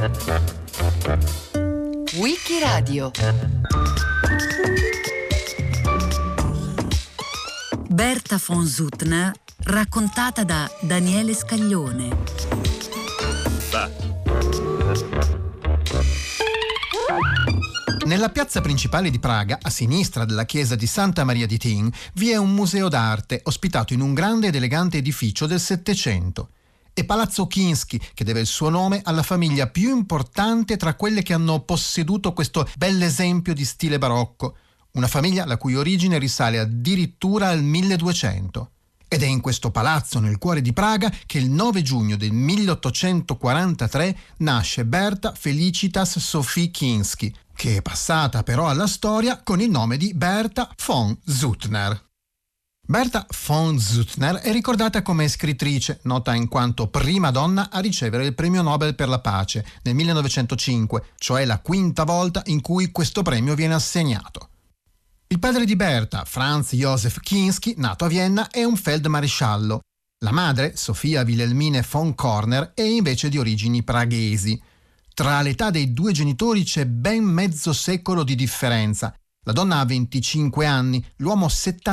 Wikiradio. Berta von Suttner, raccontata da Daniele Scaglione. Nella piazza principale di Praga, a sinistra della chiesa di Santa Maria di Tin, vi è un museo d'arte ospitato in un grande ed elegante edificio del Settecento. È Palazzo Kinski, che deve il suo nome alla famiglia più importante tra quelle che hanno posseduto questo bell'esempio di stile barocco, una famiglia la cui origine risale addirittura al 1200. Ed è in questo palazzo, nel cuore di Praga, che il 9 giugno del 1843 nasce Berta Felicitas Sophie Kinski, che è passata però alla storia con il nome di Berta von Suttner. Berta von Suttner è ricordata come scrittrice, nota in quanto prima donna a ricevere il premio Nobel per la pace nel 1905, cioè la quinta volta in cui questo premio viene assegnato. Il padre di Berta, Franz Josef Kinski, nato a Vienna, è un feldmaresciallo. La madre, Sofia Wilhelmine von Korner, è invece di origini praghesi. Tra l'età dei due genitori c'è ben mezzo secolo di differenza. La donna ha 25 anni, l'uomo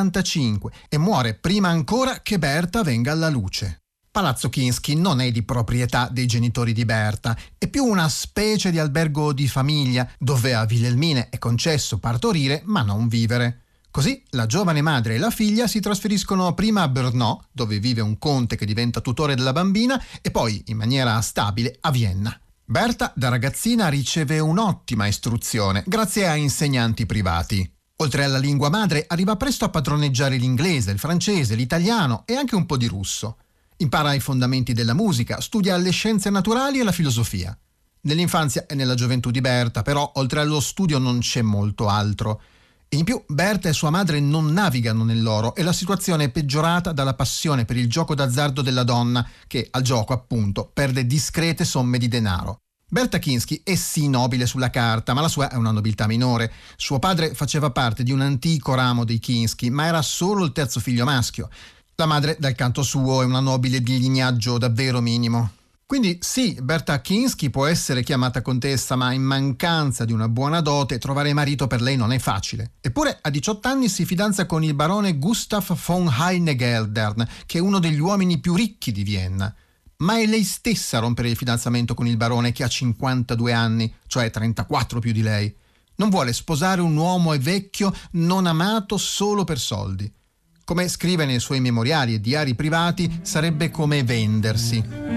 75 e muore prima ancora che Berta venga alla luce. Palazzo Kinski non è di proprietà dei genitori di Berta, è più una specie di albergo di famiglia dove a Wilhelmine è concesso partorire ma non vivere. Così la giovane madre e la figlia si trasferiscono prima a Brno, dove vive un conte che diventa tutore della bambina, e poi in maniera stabile a Vienna. Berta da ragazzina riceve un'ottima istruzione grazie a insegnanti privati. Oltre alla lingua madre arriva presto a padroneggiare l'inglese, il francese, l'italiano e anche un po' di russo. Impara i fondamenti della musica, studia le scienze naturali e la filosofia. Nell'infanzia e nella gioventù di Berta, però, oltre allo studio non c'è molto altro. E in più, Berta e sua madre non navigano nell'oro e la situazione è peggiorata dalla passione per il gioco d'azzardo della donna, che al gioco, appunto, perde discrete somme di denaro. Berta Kinski è sì nobile sulla carta, ma la sua è una nobiltà minore. Suo padre faceva parte di un antico ramo dei Kinski, ma era solo il terzo figlio maschio. La madre, dal canto suo, è una nobile di lignaggio davvero minimo. Quindi sì, Berta Kinski può essere chiamata contessa, ma in mancanza di una buona dote trovare marito per lei non è facile. Eppure a 18 anni si fidanza con il barone Gustav von Heinegeldern, che è uno degli uomini più ricchi di Vienna. Ma è lei stessa a rompere il fidanzamento con il barone, che ha 52 anni, cioè 34 più di lei. Non vuole sposare un uomo vecchio, non amato solo per soldi. Come scrive nei suoi memoriali e diari privati, sarebbe come vendersi.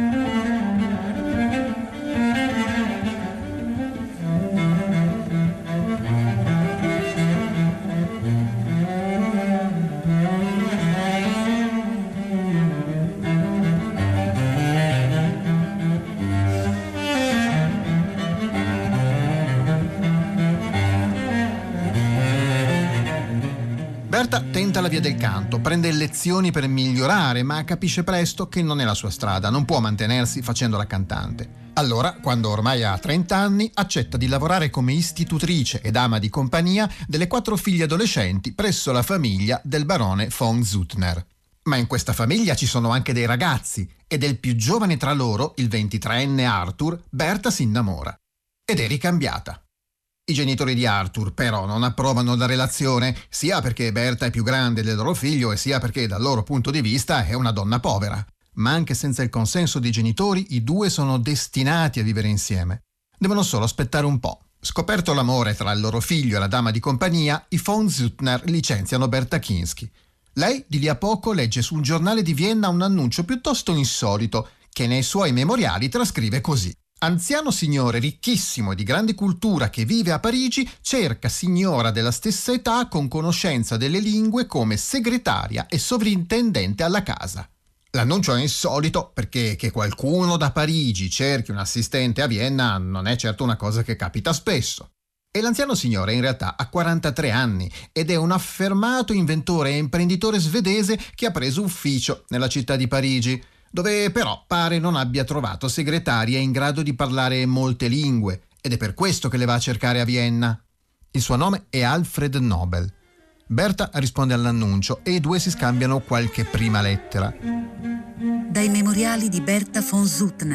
Berta tenta la via del canto, prende lezioni per migliorare, ma capisce presto che non è la sua strada, non può mantenersi facendo la cantante. Allora, quando ormai ha 30 anni, accetta di lavorare come istitutrice e dama di compagnia delle 4 figlie adolescenti presso la famiglia del barone von Suttner. Ma in questa famiglia ci sono anche dei ragazzi, e del più giovane tra loro, il 23enne Arthur, Berta si innamora. Ed è ricambiata. I genitori di Arthur però non approvano la relazione, sia perché Berta è più grande del loro figlio e sia perché dal loro punto di vista è una donna povera. Ma anche senza il consenso dei genitori, i due sono destinati a vivere insieme. Devono solo aspettare un po'. Scoperto l'amore tra il loro figlio e la dama di compagnia, i von Suttner licenziano Berta Kinski. Lei, di lì a poco, legge su un giornale di Vienna un annuncio piuttosto insolito, che nei suoi memoriali trascrive così. Anziano signore ricchissimo e di grande cultura che vive a Parigi cerca signora della stessa età con conoscenza delle lingue come segretaria e sovrintendente alla casa. L'annuncio è insolito perché che qualcuno da Parigi cerchi un assistente a Vienna non è certo una cosa che capita spesso. E l'anziano signore in realtà ha 43 anni ed è un affermato inventore e imprenditore svedese che ha preso ufficio nella città di Parigi, dove però pare non abbia trovato segretaria in grado di parlare molte lingue, ed è per questo che le va a cercare a Vienna. Il suo nome è Alfred Nobel. Berta risponde all'annuncio e i due si scambiano qualche prima lettera. Dai memoriali di Berta von Suttner,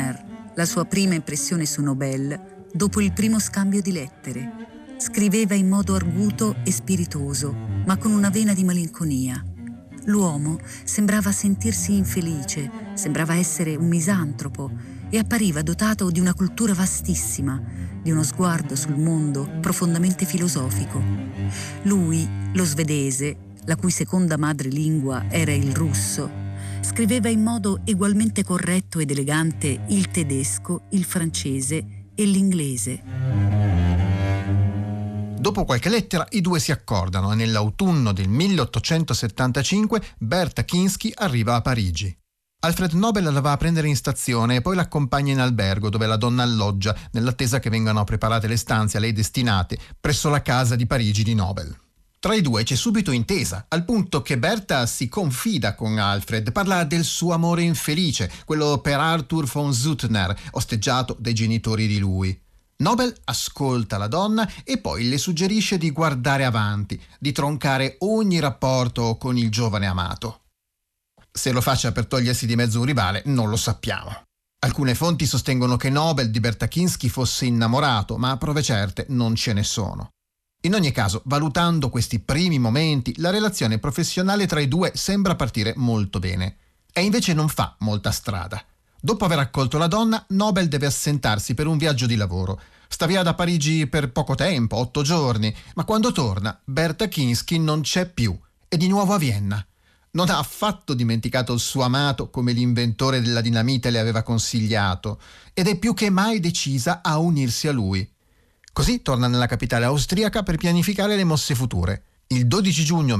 la sua prima impressione su Nobel dopo il primo scambio di lettere. Scriveva in modo arguto e spiritoso, ma con una vena di malinconia. L'uomo sembrava sentirsi infelice, sembrava essere un misantropo e appariva dotato di una cultura vastissima, di uno sguardo sul mondo profondamente filosofico. Lui, lo svedese, la cui seconda madrelingua era il russo, scriveva in modo egualmente corretto ed elegante il tedesco, il francese e l'inglese. Dopo qualche lettera i due si accordano e nell'autunno del 1875 Berta Kinski arriva a Parigi. Alfred Nobel la va a prendere in stazione e poi l'accompagna in albergo dove la donna alloggia nell'attesa che vengano preparate le stanze a lei destinate presso la casa di Parigi di Nobel. Tra i due c'è subito intesa, al punto che Berta si confida con Alfred, parla del suo amore infelice, quello per Arthur von Suttner, osteggiato dai genitori di lui. Nobel ascolta la donna e poi le suggerisce di guardare avanti, di troncare ogni rapporto con il giovane amato. Se lo faccia per togliersi di mezzo un rivale, non lo sappiamo. Alcune fonti sostengono che Nobel di Berta Kinski fosse innamorato, ma prove certe non ce ne sono. In ogni caso, valutando questi primi momenti, la relazione professionale tra i due sembra partire molto bene. E invece non fa molta strada. Dopo aver accolto la donna, Nobel deve assentarsi per un viaggio di lavoro. Sta via da Parigi per poco tempo, 8 giorni, ma quando torna, Berta Kinski non c'è più. È di nuovo a Vienna. Non ha affatto dimenticato il suo amato come l'inventore della dinamite le aveva consigliato ed è più che mai decisa a unirsi a lui. Così torna nella capitale austriaca per pianificare le mosse future. Il 12 giugno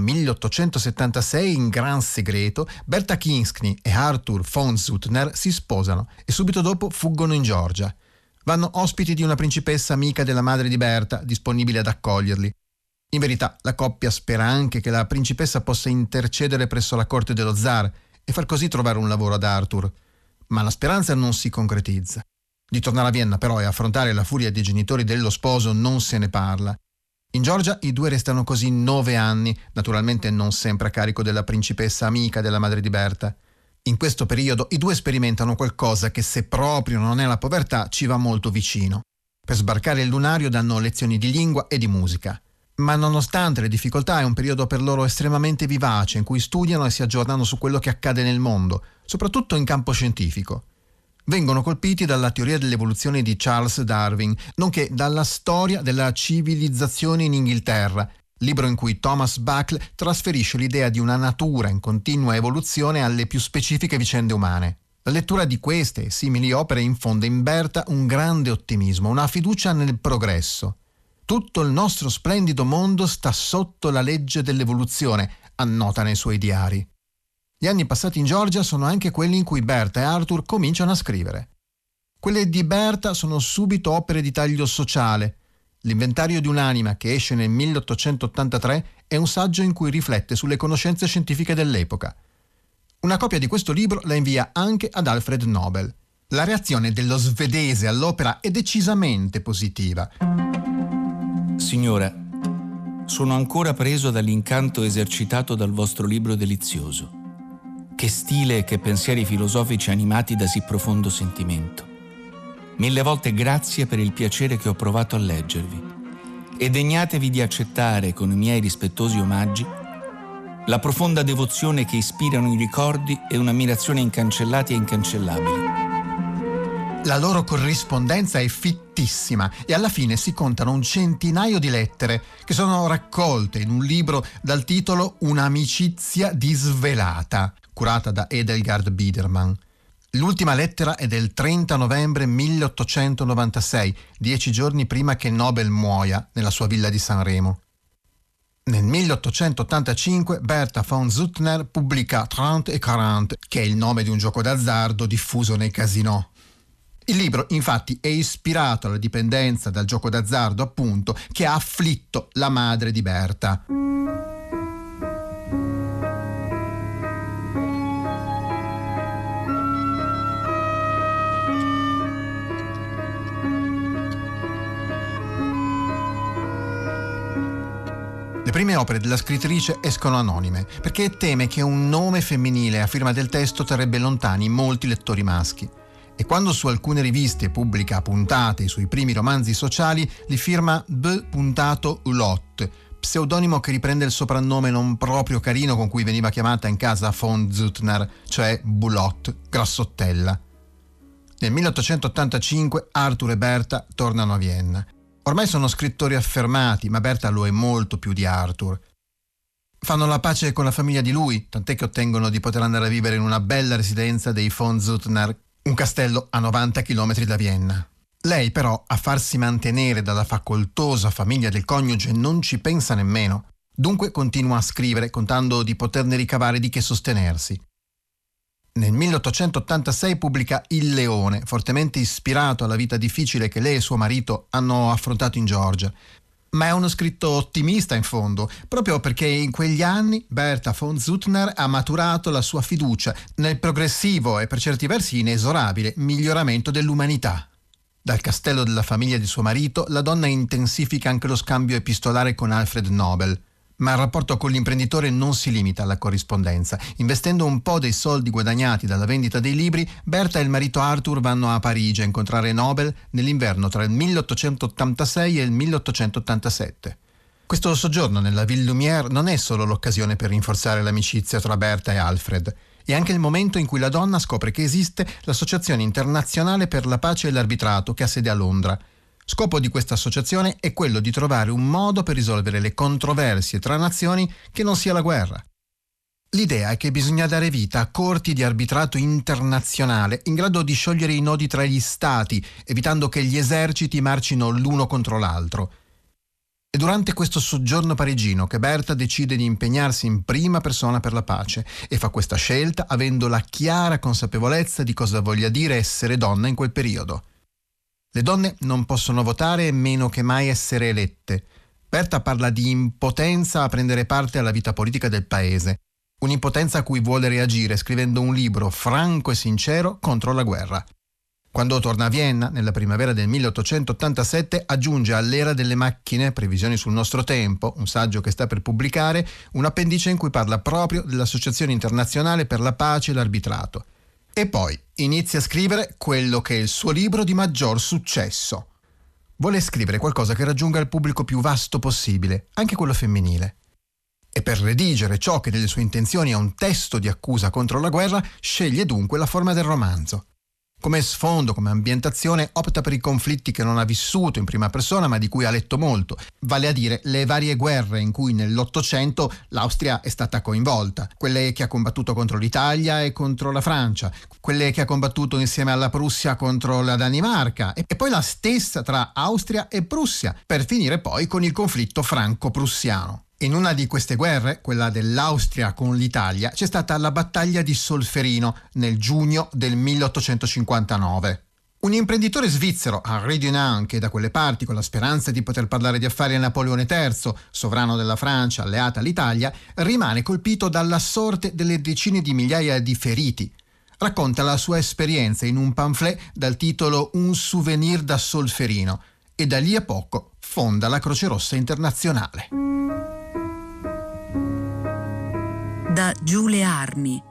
1876, in gran segreto, Berta Kinski e Arthur von Suttner si sposano e subito dopo fuggono in Georgia. Vanno ospiti di una principessa amica della madre di Berta, disponibile ad accoglierli. In verità, la coppia spera anche che la principessa possa intercedere presso la corte dello zar e far così trovare un lavoro ad Arthur. Ma la speranza non si concretizza. Di tornare a Vienna però e affrontare la furia dei genitori dello sposo non se ne parla. In Georgia i due restano così 9 anni, naturalmente non sempre a carico della principessa amica della madre di Berta. In questo periodo i due sperimentano qualcosa che, se proprio non è la povertà, ci va molto vicino. Per sbarcare il lunario danno lezioni di lingua e di musica. Ma nonostante le difficoltà è un periodo per loro estremamente vivace in cui studiano e si aggiornano su quello che accade nel mondo, soprattutto in campo scientifico. Vengono colpiti dalla teoria dell'evoluzione di Charles Darwin, nonché dalla storia della civilizzazione in Inghilterra, libro in cui Thomas Buckle trasferisce l'idea di una natura in continua evoluzione alle più specifiche vicende umane. La lettura di queste e simili opere infonde in Berta un grande ottimismo, una fiducia nel progresso. Tutto il nostro splendido mondo sta sotto la legge dell'evoluzione, annota nei suoi diari. Gli anni passati in Georgia sono anche quelli in cui Berta e Arthur cominciano a scrivere. Quelle di Berta sono subito opere di taglio sociale. L'Inventario di un'anima, che esce nel 1883, è un saggio in cui riflette sulle conoscenze scientifiche dell'epoca. Una copia di questo libro la invia anche ad Alfred Nobel. La reazione dello svedese all'opera è decisamente positiva. Signora, sono ancora preso dall'incanto esercitato dal vostro libro delizioso. Che stile e che pensieri filosofici animati da sì profondo sentimento. 1000 volte grazie per il piacere che ho provato a leggervi e degnatevi di accettare con i miei rispettosi omaggi la profonda devozione che ispirano i ricordi e un'ammirazione incancellati e incancellabili. La loro corrispondenza è fittissima e alla fine si contano un centinaio di lettere che sono raccolte in un libro dal titolo Un'amicizia disvelata, curata da Edelgard Biedermann. L'ultima lettera è del 30 novembre 1896, 10 giorni prima che Nobel muoia nella sua villa di Sanremo. Nel 1885 Berta von Suttner pubblica 30 et 40, che è il nome di un gioco d'azzardo diffuso nei casinò. Il libro, infatti, è ispirato alla dipendenza dal gioco d'azzardo, appunto, che ha afflitto la madre di Berta. Le prime opere della scrittrice escono anonime, perché teme che un nome femminile a firma del testo terrebbe lontani molti lettori maschi. e quando su alcune riviste pubblica puntate sui primi romanzi sociali li firma B. Ulot, pseudonimo che riprende il soprannome non proprio carino con cui veniva chiamata in casa von Suttner, cioè Bulotte, grassottella. Nel 1885 Arthur e Berta tornano a Vienna. Ormai sono scrittori affermati, ma Berta lo è molto più di Arthur. Fanno la pace con la famiglia di lui, tant'è che ottengono di poter andare a vivere in una bella residenza dei von Suttner, un castello a 90 km da Vienna. Lei però a farsi mantenere dalla facoltosa famiglia del coniuge non ci pensa nemmeno. Dunque continua a scrivere contando di poterne ricavare di che sostenersi. Nel 1886 pubblica Il Leone, fortemente ispirato alla vita difficile che lei e suo marito hanno affrontato in Georgia. Ma è uno scritto ottimista in fondo, proprio perché in quegli anni Berta von Suttner ha maturato la sua fiducia nel progressivo e per certi versi inesorabile miglioramento dell'umanità. Dal castello della famiglia di suo marito, la donna intensifica anche lo scambio epistolare con Alfred Nobel. Ma il rapporto con l'imprenditore non si limita alla corrispondenza. Investendo un po' dei soldi guadagnati dalla vendita dei libri, Berta e il marito Arthur vanno a Parigi a incontrare Nobel nell'inverno tra il 1886 e il 1887. Questo soggiorno nella Ville Lumière non è solo l'occasione per rinforzare l'amicizia tra Berta e Alfred. È anche il momento in cui la donna scopre che esiste l'Associazione Internazionale per la Pace e l'Arbitrato, che ha sede a Londra. Scopo di questa associazione è quello di trovare un modo per risolvere le controversie tra nazioni che non sia la guerra. L'idea è che bisogna dare vita a corti di arbitrato internazionale in grado di sciogliere i nodi tra gli stati, evitando che gli eserciti marcino l'uno contro l'altro. È durante questo soggiorno parigino che Berta decide di impegnarsi in prima persona per la pace e fa questa scelta avendo la chiara consapevolezza di cosa voglia dire essere donna in quel periodo. Le donne non possono votare meno che mai essere elette. Berta parla di impotenza a prendere parte alla vita politica del paese, un'impotenza a cui vuole reagire scrivendo un libro franco e sincero contro la guerra. Quando torna a Vienna, nella primavera del 1887, aggiunge all'Era delle macchine, previsioni sul nostro tempo, un saggio che sta per pubblicare, un appendice in cui parla proprio dell'Associazione Internazionale per la Pace e l'Arbitrato. E poi inizia a scrivere quello che è il suo libro di maggior successo. Vuole scrivere qualcosa che raggiunga il pubblico più vasto possibile, anche quello femminile. E per redigere ciò che nelle sue intenzioni è un testo di accusa contro la guerra, sceglie dunque la forma del romanzo. Come sfondo, come ambientazione, opta per i conflitti che non ha vissuto in prima persona ma di cui ha letto molto, vale a dire le varie guerre in cui nell'Ottocento l'Austria è stata coinvolta, quelle che ha combattuto contro l'Italia e contro la Francia, quelle che ha combattuto insieme alla Prussia contro la Danimarca e poi la stessa tra Austria e Prussia, per finire poi con il conflitto franco-prussiano. In una di queste guerre, quella dell'Austria con l'Italia, c'è stata la battaglia di Solferino nel giugno del 1859. Un imprenditore svizzero, Henri Dunant, che da quelle parti, con la speranza di poter parlare di affari a Napoleone III, sovrano della Francia alleata all'Italia, rimane colpito dalla sorte delle decine di migliaia di feriti. Racconta la sua esperienza in un pamphlet dal titolo Un souvenir da Solferino e da lì a poco fonda la Croce Rossa Internazionale. Da Giù le armi.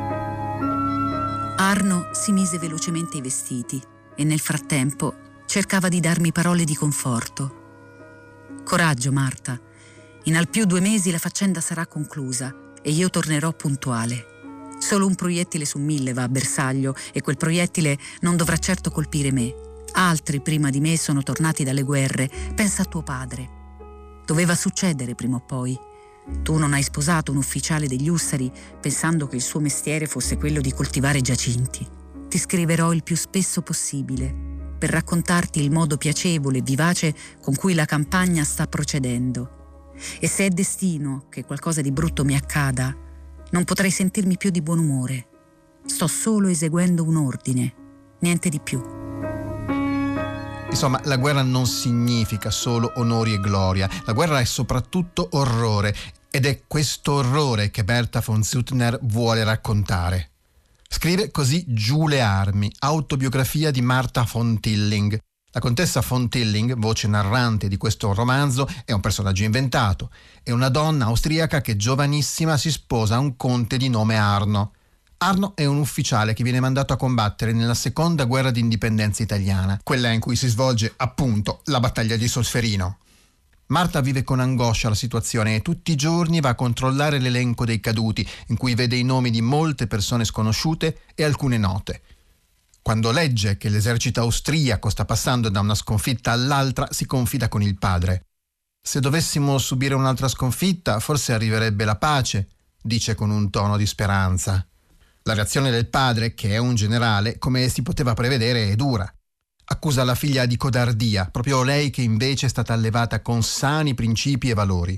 Arno si mise velocemente i vestiti e nel frattempo cercava di darmi parole di conforto. Coraggio, Marta. In al più 2 mesi la faccenda sarà conclusa e io tornerò puntuale. Solo un proiettile su 1000 va a bersaglio e quel proiettile non dovrà certo colpire me. Altri prima di me sono tornati dalle guerre. Pensa a tuo padre. Doveva succedere prima o poi. Tu non hai sposato un ufficiale degli Ussari pensando che il suo mestiere fosse quello di coltivare giacinti. Ti scriverò il più spesso possibile per raccontarti il modo piacevole e vivace con cui la campagna sta procedendo. E se è destino che qualcosa di brutto mi accada, non potrei sentirmi più di buon umore. Sto solo eseguendo un ordine, niente di più. Insomma, la guerra non significa solo onori e gloria, la guerra è soprattutto orrore ed è questo orrore che Berta von Suttner vuole raccontare. Scrive così Giù le armi, autobiografia di Martha von Tilling. La contessa von Tilling, voce narrante di questo romanzo, è un personaggio inventato. È una donna austriaca che giovanissima si sposa a un conte di nome Arno. Arno è un ufficiale che viene mandato a combattere nella seconda guerra d'indipendenza italiana, quella in cui si svolge, appunto, la battaglia di Solferino. Marta vive con angoscia la situazione e tutti i giorni va a controllare l'elenco dei caduti, in cui vede i nomi di molte persone sconosciute e alcune note. Quando legge che l'esercito austriaco sta passando da una sconfitta all'altra, si confida con il padre. «Se dovessimo subire un'altra sconfitta, forse arriverebbe la pace», dice con un tono di speranza. La reazione del padre, che è un generale, come si poteva prevedere, è dura. Accusa la figlia di codardia, proprio lei che invece è stata allevata con sani principi e valori.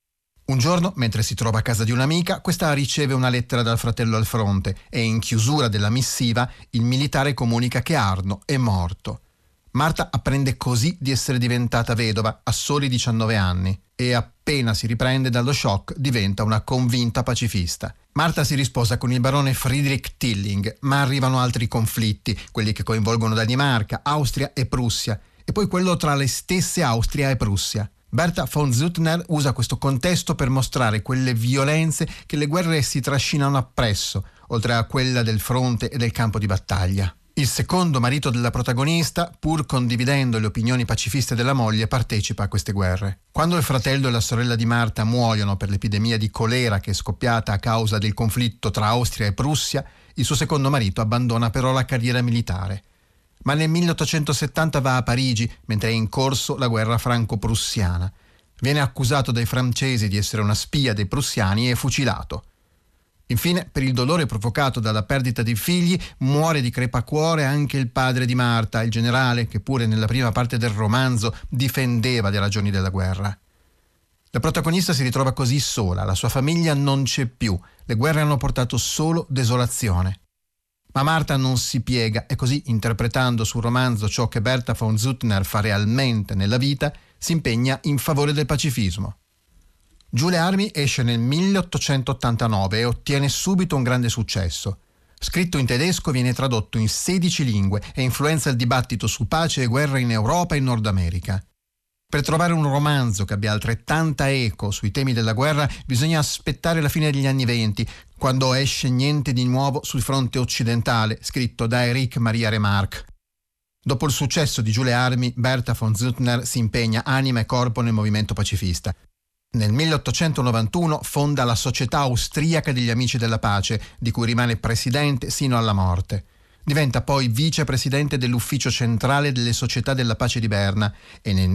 Un giorno, mentre si trova a casa di un'amica, questa riceve una lettera dal fratello al fronte e in chiusura della missiva il militare comunica che Arno è morto. Marta apprende così di essere diventata vedova a soli 19 anni e appena si riprende dallo shock diventa una convinta pacifista. Marta si risposa con il barone Friedrich Tilling, ma arrivano altri conflitti, quelli che coinvolgono Danimarca, Austria e Prussia, e poi quello tra le stesse Austria e Prussia. Bertha von Suttner usa questo contesto per mostrare quelle violenze che le guerre si trascinano appresso, oltre a quella del fronte e del campo di battaglia. Il secondo marito della protagonista, pur condividendo le opinioni pacifiste della moglie, partecipa a queste guerre. Quando il fratello e la sorella di Marta muoiono per l'epidemia di colera che è scoppiata a causa del conflitto tra Austria e Prussia, il suo secondo marito abbandona però la carriera militare. Ma nel 1870 va a Parigi, mentre è in corso la guerra franco-prussiana. Viene accusato dai francesi di essere una spia dei prussiani e fucilato. Infine, per il dolore provocato dalla perdita di figli, muore di crepacuore anche il padre di Marta, il generale che pure nella prima parte del romanzo difendeva le ragioni della guerra. La protagonista si ritrova così sola, la sua famiglia non c'è più, le guerre hanno portato solo desolazione. Ma Marta non si piega e così, interpretando sul romanzo ciò che Bertha von Suttner fa realmente nella vita, si impegna in favore del pacifismo. Giù le armi esce nel 1889 e ottiene subito un grande successo. Scritto in tedesco, viene tradotto in 16 lingue e influenza il dibattito su pace e guerra in Europa e in Nord America. Per trovare un romanzo che abbia altrettanta eco sui temi della guerra bisogna aspettare la fine degli anni '20, quando esce Niente di nuovo sul fronte occidentale, scritto da Erich Maria Remarque. Dopo il successo di Giù le armi, Bertha von Suttner si impegna anima e corpo nel movimento pacifista. Nel 1891 fonda la Società Austriaca degli Amici della Pace, di cui rimane presidente sino alla morte. Diventa poi vicepresidente dell'Ufficio Centrale delle Società della Pace di Berna e nel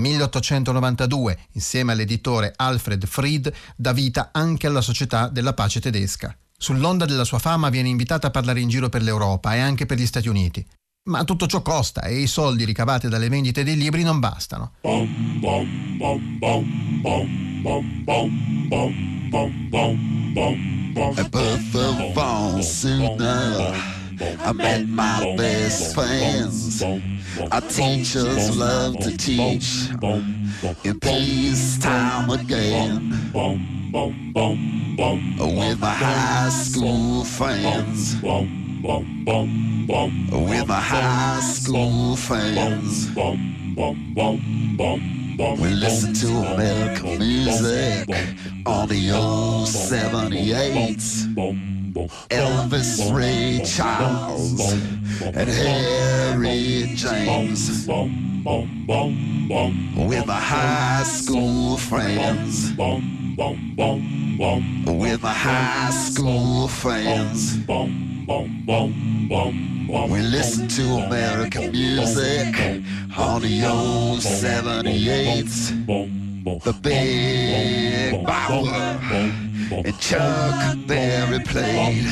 1892, insieme all'editore Alfred Fried, dà vita anche alla Società della Pace tedesca. Sull'onda della sua fama viene invitata a parlare in giro per l'Europa e anche per gli Stati Uniti. Ma tutto ciò costa e i soldi ricavati dalle vendite dei libri non bastano. Bertha von Suttner, I met my best friends. Our teachers love to teach in peacetime again. With my high school friends. With my high school friends. We listen to American music on the old 78s. Elvis, Ray Charles, and Harry James. With my high school friends. With my high school friends. We listen to American music on the old 78s. The Big Bauer and Chuck Berry played.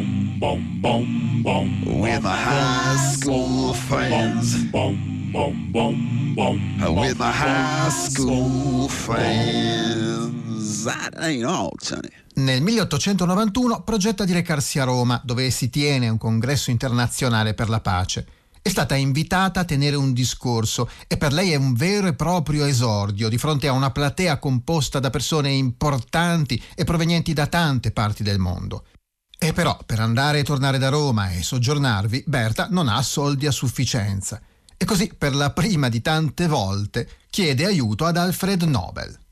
With my high school friends. With my high school friends. That ain't all, Johnny. Nel 1891 progetta di recarsi a Roma, dove si tiene un congresso internazionale per la pace. È stata invitata a tenere un discorso e per lei è un vero e proprio esordio di fronte a una platea composta da persone importanti e provenienti da tante parti del mondo. E però per andare e tornare da Roma e soggiornarvi, Bertha non ha soldi a sufficienza. E così, per la prima di tante volte, chiede aiuto ad Alfred Nobel.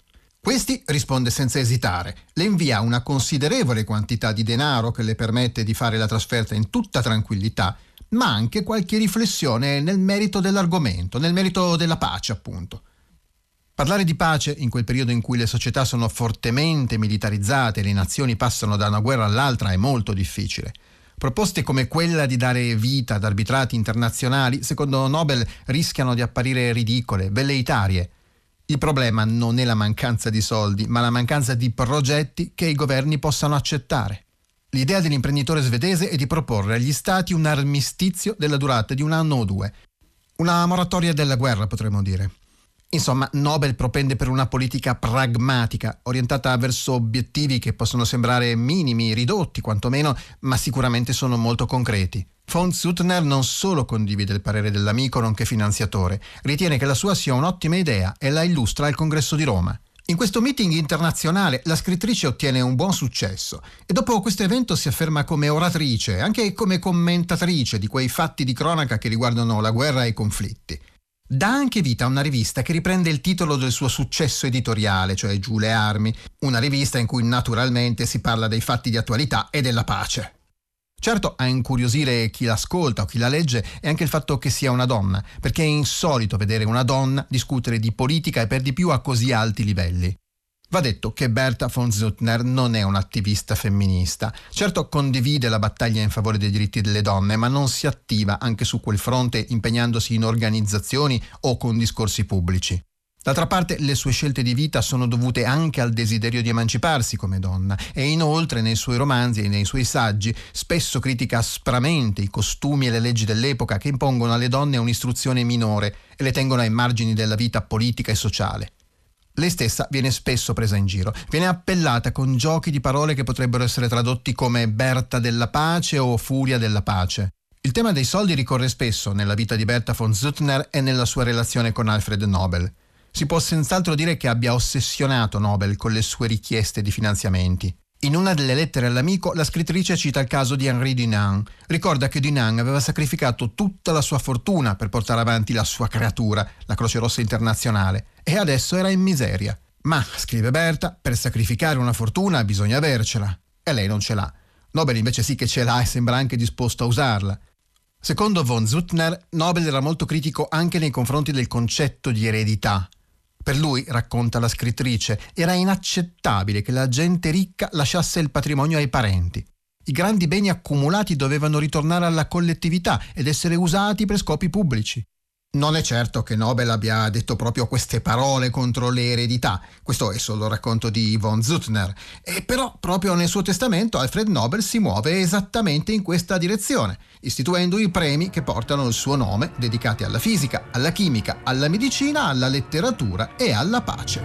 Questi risponde senza esitare, le invia una considerevole quantità di denaro che le permette di fare la trasferta in tutta tranquillità, ma anche qualche riflessione nel merito dell'argomento, nel merito della pace, appunto. Parlare di pace in quel periodo in cui le società sono fortemente militarizzate e le nazioni passano da una guerra all'altra è molto difficile. Proposte come quella di dare vita ad arbitrati internazionali, secondo Nobel, rischiano di apparire ridicole, velleitarie. Il problema non è la mancanza di soldi, ma la mancanza di progetti che i governi possano accettare. L'idea dell'imprenditore svedese è di proporre agli stati un armistizio della durata di 1 anno o 2. Una moratoria della guerra, potremmo dire. Insomma, Nobel propende per una politica pragmatica, orientata verso obiettivi che possono sembrare minimi, ridotti quantomeno, ma sicuramente sono molto concreti. Von Suttner non solo condivide il parere dell'amico nonché finanziatore, ritiene che la sua sia un'ottima idea e la illustra al Congresso di Roma. In questo meeting internazionale la scrittrice ottiene un buon successo e dopo questo evento si afferma come oratrice, anche come commentatrice di quei fatti di cronaca che riguardano la guerra e i conflitti. Dà anche vita a una rivista che riprende il titolo del suo successo editoriale, cioè Giù le armi, una rivista in cui naturalmente si parla dei fatti di attualità e della pace. Certo, a incuriosire chi l'ascolta o chi la legge è anche il fatto che sia una donna, perché è insolito vedere una donna discutere di politica e per di più a così alti livelli. Va detto che Berta von Suttner non è un'attivista femminista. Certo, condivide la battaglia in favore dei diritti delle donne, ma non si attiva anche su quel fronte impegnandosi in organizzazioni o con discorsi pubblici. D'altra parte, le sue scelte di vita sono dovute anche al desiderio di emanciparsi come donna e inoltre nei suoi romanzi e nei suoi saggi spesso critica aspramente i costumi e le leggi dell'epoca che impongono alle donne un'istruzione minore e le tengono ai margini della vita politica e sociale. Lei stessa viene spesso presa in giro, viene appellata con giochi di parole che potrebbero essere tradotti come Berta della pace o Furia della pace. Il tema dei soldi ricorre spesso nella vita di Berta von Suttner e nella sua relazione con Alfred Nobel. Si può senz'altro dire che abbia ossessionato Nobel con le sue richieste di finanziamenti. In una delle lettere all'amico, la scrittrice cita il caso di Henri Dunant. Ricorda che Dunant aveva sacrificato tutta la sua fortuna per portare avanti la sua creatura, la Croce Rossa Internazionale, e adesso era in miseria. Ma, scrive Berta, per sacrificare una fortuna bisogna avercela. E lei non ce l'ha. Nobel invece sì che ce l'ha e sembra anche disposto a usarla. Secondo von Suttner, Nobel era molto critico anche nei confronti del concetto di eredità. Per lui, racconta la scrittrice, era inaccettabile che la gente ricca lasciasse il patrimonio ai parenti. I grandi beni accumulati dovevano ritornare alla collettività ed essere usati per scopi pubblici. Non è certo che Nobel abbia detto proprio queste parole contro le eredità, questo è solo il racconto di von Suttner, e però proprio nel suo testamento Alfred Nobel si muove esattamente in questa direzione, istituendo i premi che portano il suo nome, dedicati alla fisica, alla chimica, alla medicina, alla letteratura e alla pace.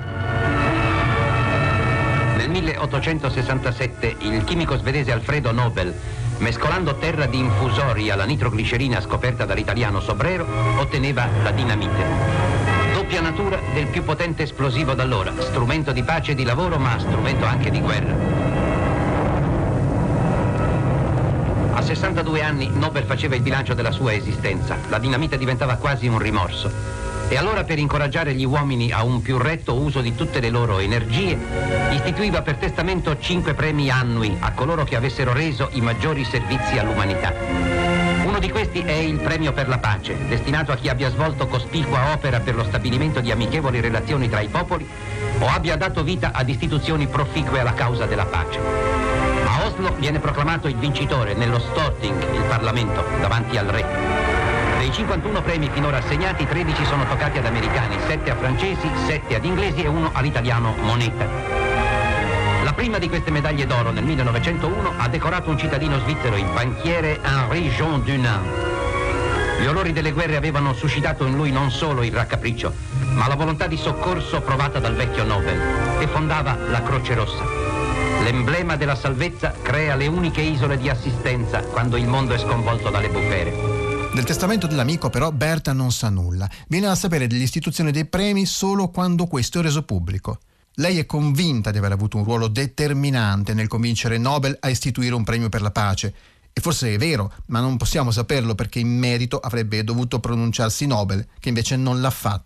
Nel 1867 il chimico svedese Alfredo Nobel, mescolando terra di infusori alla nitroglicerina scoperta dall'italiano Sobrero, otteneva la dinamite. Doppia natura del più potente esplosivo d'allora, strumento di pace e di lavoro, ma strumento anche di guerra. A 62 anni Nobel faceva il bilancio della sua esistenza. La dinamite diventava quasi un rimorso. E allora, per incoraggiare gli uomini a un più retto uso di tutte le loro energie, istituiva per testamento 5 premi annui a coloro che avessero reso i maggiori servizi all'umanità. Uno di questi è il Premio per la Pace, destinato a chi abbia svolto cospicua opera per lo stabilimento di amichevoli relazioni tra i popoli o abbia dato vita ad istituzioni proficue alla causa della pace. A Oslo viene proclamato il vincitore nello Storting, il Parlamento, davanti al re. Dei 51 premi finora assegnati, 13 sono toccati ad americani, 7 a francesi, 7 ad inglesi e 1 all'italiano Moneta. La prima di queste medaglie d'oro nel 1901 ha decorato un cittadino svizzero, il banchiere Henri Jean Dunant. Gli orrori delle guerre avevano suscitato in lui non solo il raccapriccio, ma la volontà di soccorso provata dal vecchio Nobel, che fondava la Croce Rossa. L'emblema della salvezza crea le uniche isole di assistenza quando il mondo è sconvolto dalle bufere. Del testamento dell'amico però Berta non sa nulla. Viene a sapere dell'istituzione dei premi solo quando questo è reso pubblico. Lei è convinta di aver avuto un ruolo determinante nel convincere Nobel a istituire un premio per la pace. E forse è vero, ma non possiamo saperlo perché in merito avrebbe dovuto pronunciarsi Nobel, che invece non l'ha fatto.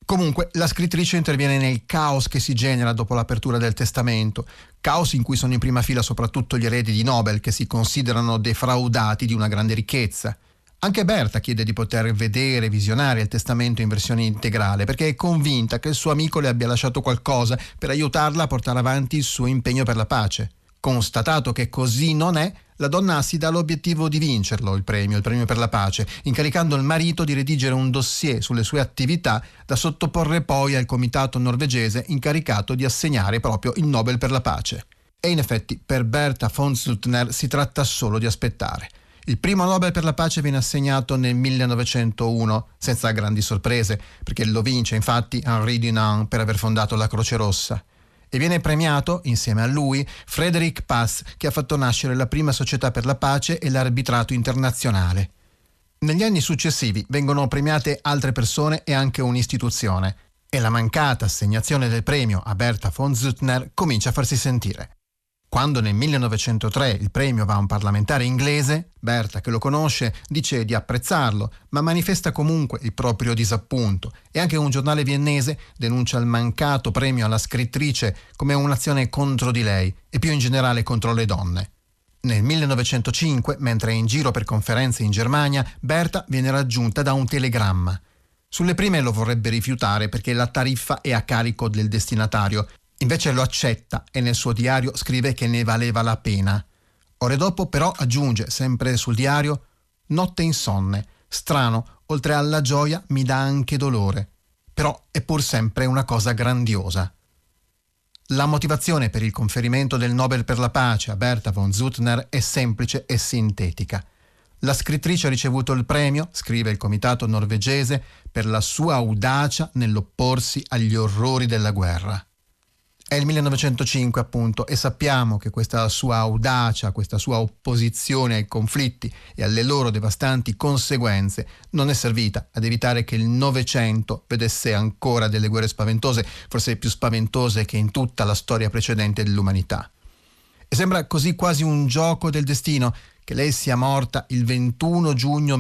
Comunque, la scrittrice interviene nel caos che si genera dopo l'apertura del testamento, caos in cui sono in prima fila soprattutto gli eredi di Nobel, che si considerano defraudati di una grande ricchezza. Anche Berta chiede di poter vedere, visionare il testamento in versione integrale, perché è convinta che il suo amico le abbia lasciato qualcosa per aiutarla a portare avanti il suo impegno per la pace. Constatato che così non è, la donna si dà l'obiettivo di vincerlo, il premio per la pace, incaricando il marito di redigere un dossier sulle sue attività da sottoporre poi al comitato norvegese incaricato di assegnare proprio il Nobel per la pace. E in effetti per Bertha von Suttner si tratta solo di aspettare. Il primo Nobel per la pace viene assegnato nel 1901, senza grandi sorprese, perché lo vince infatti Henri Dunant per aver fondato la Croce Rossa. E viene premiato, insieme a lui, Frédéric Pass, che ha fatto nascere la prima società per la pace e l'arbitrato internazionale. Negli anni successivi vengono premiate altre persone e anche un'istituzione, e la mancata assegnazione del premio a Bertha von Suttner comincia a farsi sentire. Quando nel 1903 il premio va a un parlamentare inglese, Bertha, che lo conosce, dice di apprezzarlo, ma manifesta comunque il proprio disappunto, e anche un giornale viennese denuncia il mancato premio alla scrittrice come un'azione contro di lei e più in generale contro le donne. Nel 1905, mentre è in giro per conferenze in Germania, Bertha viene raggiunta da un telegramma. Sulle prime lo vorrebbe rifiutare perché la tariffa è a carico del destinatario. Invece lo accetta e nel suo diario scrive che ne valeva la pena. Ore dopo però aggiunge, sempre sul diario, «Notte insonne, strano, oltre alla gioia mi dà anche dolore. Però è pur sempre una cosa grandiosa». La motivazione per il conferimento del Nobel per la pace a Bertha von Suttner è semplice e sintetica. La scrittrice ha ricevuto il premio, scrive il comitato norvegese, per la sua audacia nell'opporsi agli orrori della guerra. È il 1905 appunto e sappiamo che questa sua audacia, questa sua opposizione ai conflitti e alle loro devastanti conseguenze non è servita ad evitare che il Novecento vedesse ancora delle guerre spaventose, forse più spaventose che in tutta la storia precedente dell'umanità. E sembra così quasi un gioco del destino che lei sia morta il 21 giugno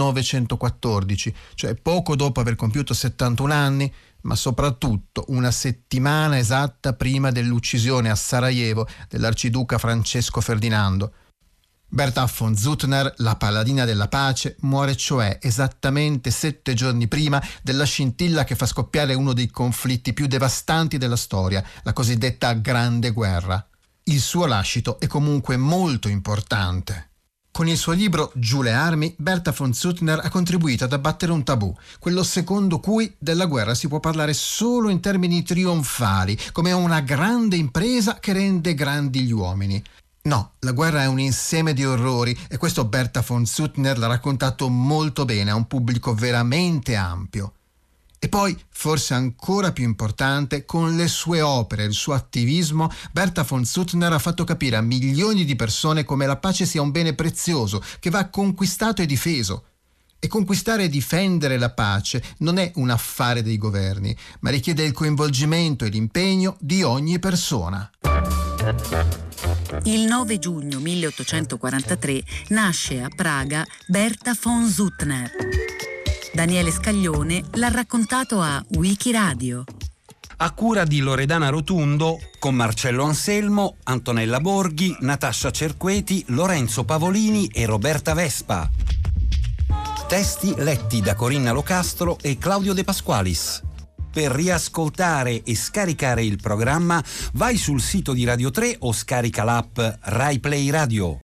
1914, cioè poco dopo aver compiuto 71 anni, ma soprattutto una settimana esatta prima dell'uccisione a Sarajevo dell'arciduca Francesco Ferdinando. Bertha von Suttner, la paladina della pace, muore cioè esattamente 7 giorni prima della scintilla che fa scoppiare uno dei conflitti più devastanti della storia, la cosiddetta Grande Guerra. Il suo lascito è comunque molto importante. Con il suo libro Giù le armi, Bertha von Suttner ha contribuito ad abbattere un tabù, quello secondo cui della guerra si può parlare solo in termini trionfali, come una grande impresa che rende grandi gli uomini. No, la guerra è un insieme di orrori e questo Bertha von Suttner l'ha raccontato molto bene a un pubblico veramente ampio. E poi, forse ancora più importante, con le sue opere e il suo attivismo, Bertha von Suttner ha fatto capire a milioni di persone come la pace sia un bene prezioso che va conquistato e difeso. E conquistare e difendere la pace non è un affare dei governi, ma richiede il coinvolgimento e l'impegno di ogni persona. Il 9 giugno 1843 nasce a Praga Bertha von Suttner. Daniele Scaglione l'ha raccontato a Wikiradio. A cura di Loredana Rotundo, con Marcello Anselmo, Antonella Borghi, Natascia Cerqueti, Lorenzo Pavolini e Roberta Vespa. Testi letti da Corinna Locastro e Claudio De Pasqualis. Per riascoltare e scaricare il programma vai sul sito di Radio 3 o scarica l'app Rai Play Radio.